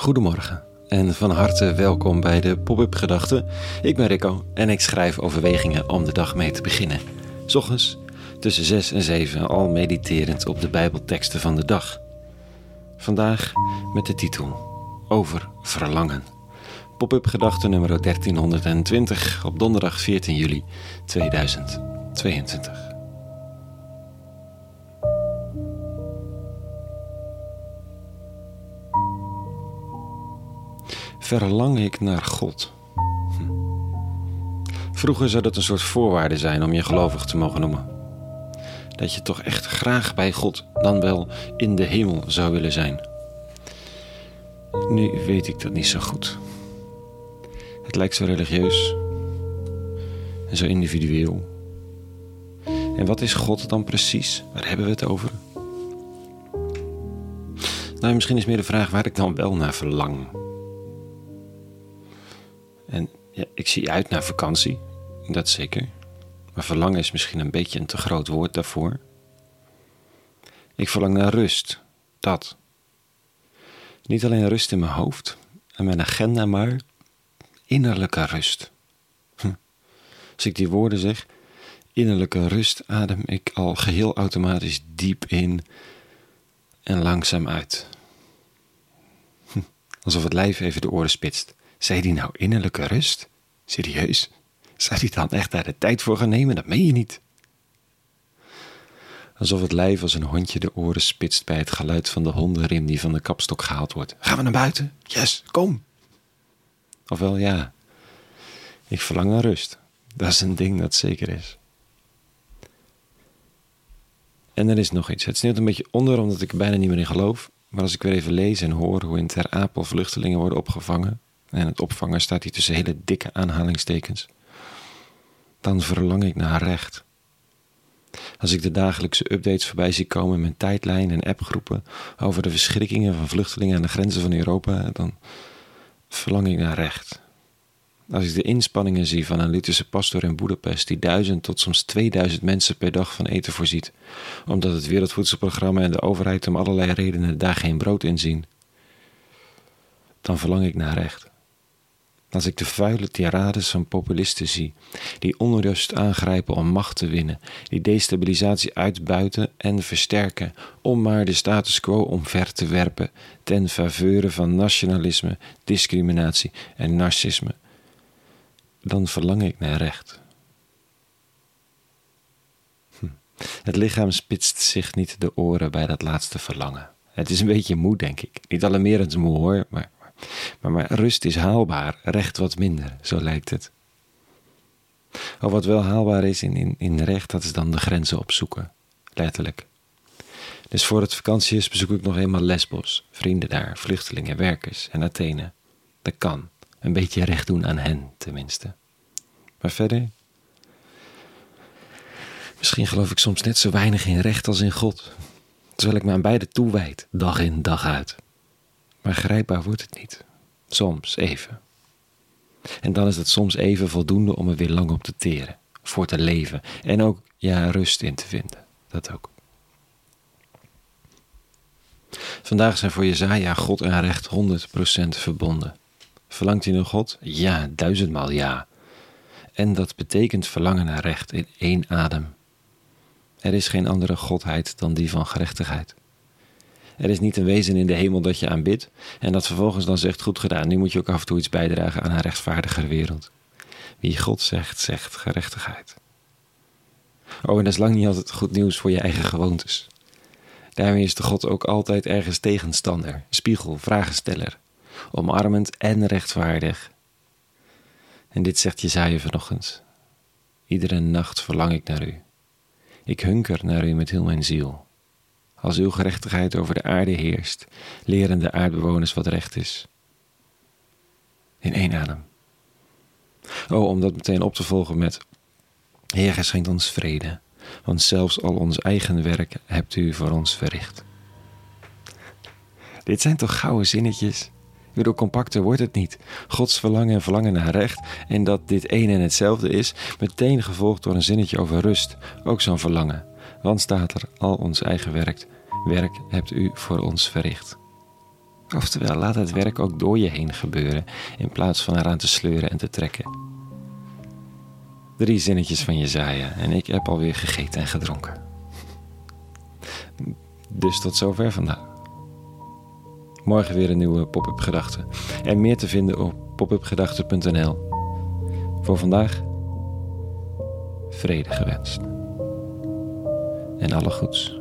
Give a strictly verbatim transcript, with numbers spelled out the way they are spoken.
Goedemorgen en van harte welkom bij de Pop-up Gedachten. Ik ben Rico en ik schrijf overwegingen om de dag mee te beginnen. 's Ochtends tussen zes en zeven al mediterend op de Bijbelteksten van de dag. Vandaag met de titel Over Verlangen. Pop-up Gedachten nummer dertienhonderdtwintig op donderdag veertien juli tweeduizend tweeëntwintig. Verlang ik naar God? Hm. Vroeger zou dat een soort voorwaarde zijn om je gelovig te mogen noemen. Dat je toch echt graag bij God, dan wel in de hemel zou willen zijn. Nu weet ik dat niet zo goed. Het lijkt zo religieus en zo individueel. En wat is God dan precies? Waar hebben we het over? Nou, misschien is meer de vraag waar ik dan wel naar verlang. En ja, ik zie uit naar vakantie, dat zeker. Maar verlangen is misschien een beetje een te groot woord daarvoor. Ik verlang naar rust, dat. Niet alleen rust in mijn hoofd en mijn agenda, maar innerlijke rust. Hm. Als ik die woorden zeg, innerlijke rust, adem ik al geheel automatisch diep in en langzaam uit. Hm. Alsof het lijf even de oren spitst. Zei die nou innerlijke rust? Serieus? Zou die dan echt daar de tijd voor gaan nemen? Dat meen je niet. Alsof het lijf als een hondje de oren spitst bij het geluid van de hondenriem die van de kapstok gehaald wordt. Gaan we naar buiten? Yes, kom. Ofwel ja, ik verlang naar rust. Dat is een ding dat zeker is. En er is nog iets. Het sneeuwt een beetje onder omdat ik er bijna niet meer in geloof. Maar als ik weer even lees en hoor hoe in Ter Apel vluchtelingen worden opgevangen, en het opvangen staat hier tussen hele dikke aanhalingstekens, dan verlang ik naar recht. Als ik de dagelijkse updates voorbij zie komen in mijn tijdlijn en appgroepen over de verschrikkingen van vluchtelingen aan de grenzen van Europa, dan verlang ik naar recht. Als ik de inspanningen zie van een Lutherse pastor in Boedapest die duizend tot soms tweeduizend mensen per dag van eten voorziet, omdat het Wereldvoedselprogramma en de overheid om allerlei redenen daar geen brood in zien, dan verlang ik naar recht. Als ik de vuile tirades van populisten zie, die onrust aangrijpen om macht te winnen, die destabilisatie uitbuiten en versterken, om maar de status quo omver te werpen, ten faveure van nationalisme, discriminatie en narcisme, dan verlang ik naar recht. Hm. Het lichaam spitst zich niet de oren bij dat laatste verlangen. Het is een beetje moe, denk ik. Niet alarmerend moe hoor, maar... Maar, maar rust is haalbaar, recht wat minder, zo lijkt het. Of wat wel haalbaar is in, in, in recht, dat is dan de grenzen opzoeken, letterlijk. Dus voor het vakantie is bezoek ik nog eenmaal Lesbos, vrienden daar, vluchtelingen, werkers en Athene. Dat kan, een beetje recht doen aan hen tenminste. Maar verder? Misschien geloof ik soms net zo weinig in recht als in God, terwijl ik me aan beide toewijd, dag in, dag uit. Maar grijpbaar wordt het niet. Soms even. En dan is het soms even voldoende om er weer lang op te teren. Voor te leven. En ook, ja, rust in te vinden. Dat ook. Vandaag zijn voor Jesaja God en recht honderd procent verbonden. Verlangt hij naar God? Ja, duizendmaal ja. En dat betekent verlangen naar recht in één adem. Er is geen andere godheid dan die van gerechtigheid. Er is niet een wezen in de hemel dat je aanbidt en dat vervolgens dan zegt, goed gedaan, nu moet je ook af en toe iets bijdragen aan een rechtvaardiger wereld. Wie God zegt, zegt gerechtigheid. Oh, en dat is lang niet altijd goed nieuws voor je eigen gewoontes. Daarmee is de God ook altijd ergens tegenstander, spiegel, vragensteller, omarmend en rechtvaardig. En dit zegt Jesaja vanochtend. Iedere nacht verlang ik naar u. Ik hunker naar u met heel mijn ziel. Als uw gerechtigheid over de aarde heerst, leren de aardbewoners wat recht is. In één adem. Oh, om dat meteen op te volgen met: Heer, gij schenkt ons vrede, want zelfs al ons eigen werk hebt u voor ons verricht. Dit zijn toch gouden zinnetjes? Ik bedoel, compacter wordt het niet. Gods verlangen en verlangen naar recht, en dat dit één en hetzelfde is, meteen gevolgd door een zinnetje over rust, ook zo'n verlangen. Want staat er, al ons eigen werk, werk hebt u voor ons verricht. Oftewel, laat het werk ook door je heen gebeuren, in plaats van eraan te sleuren en te trekken. Drie zinnetjes van Jesaja en ik heb alweer gegeten en gedronken. Dus tot zover vandaag. Morgen weer een nieuwe Pop-up Gedachte. En meer te vinden op pop up gedachten punt n l. Voor vandaag, vrede gewenst. En alle goeds.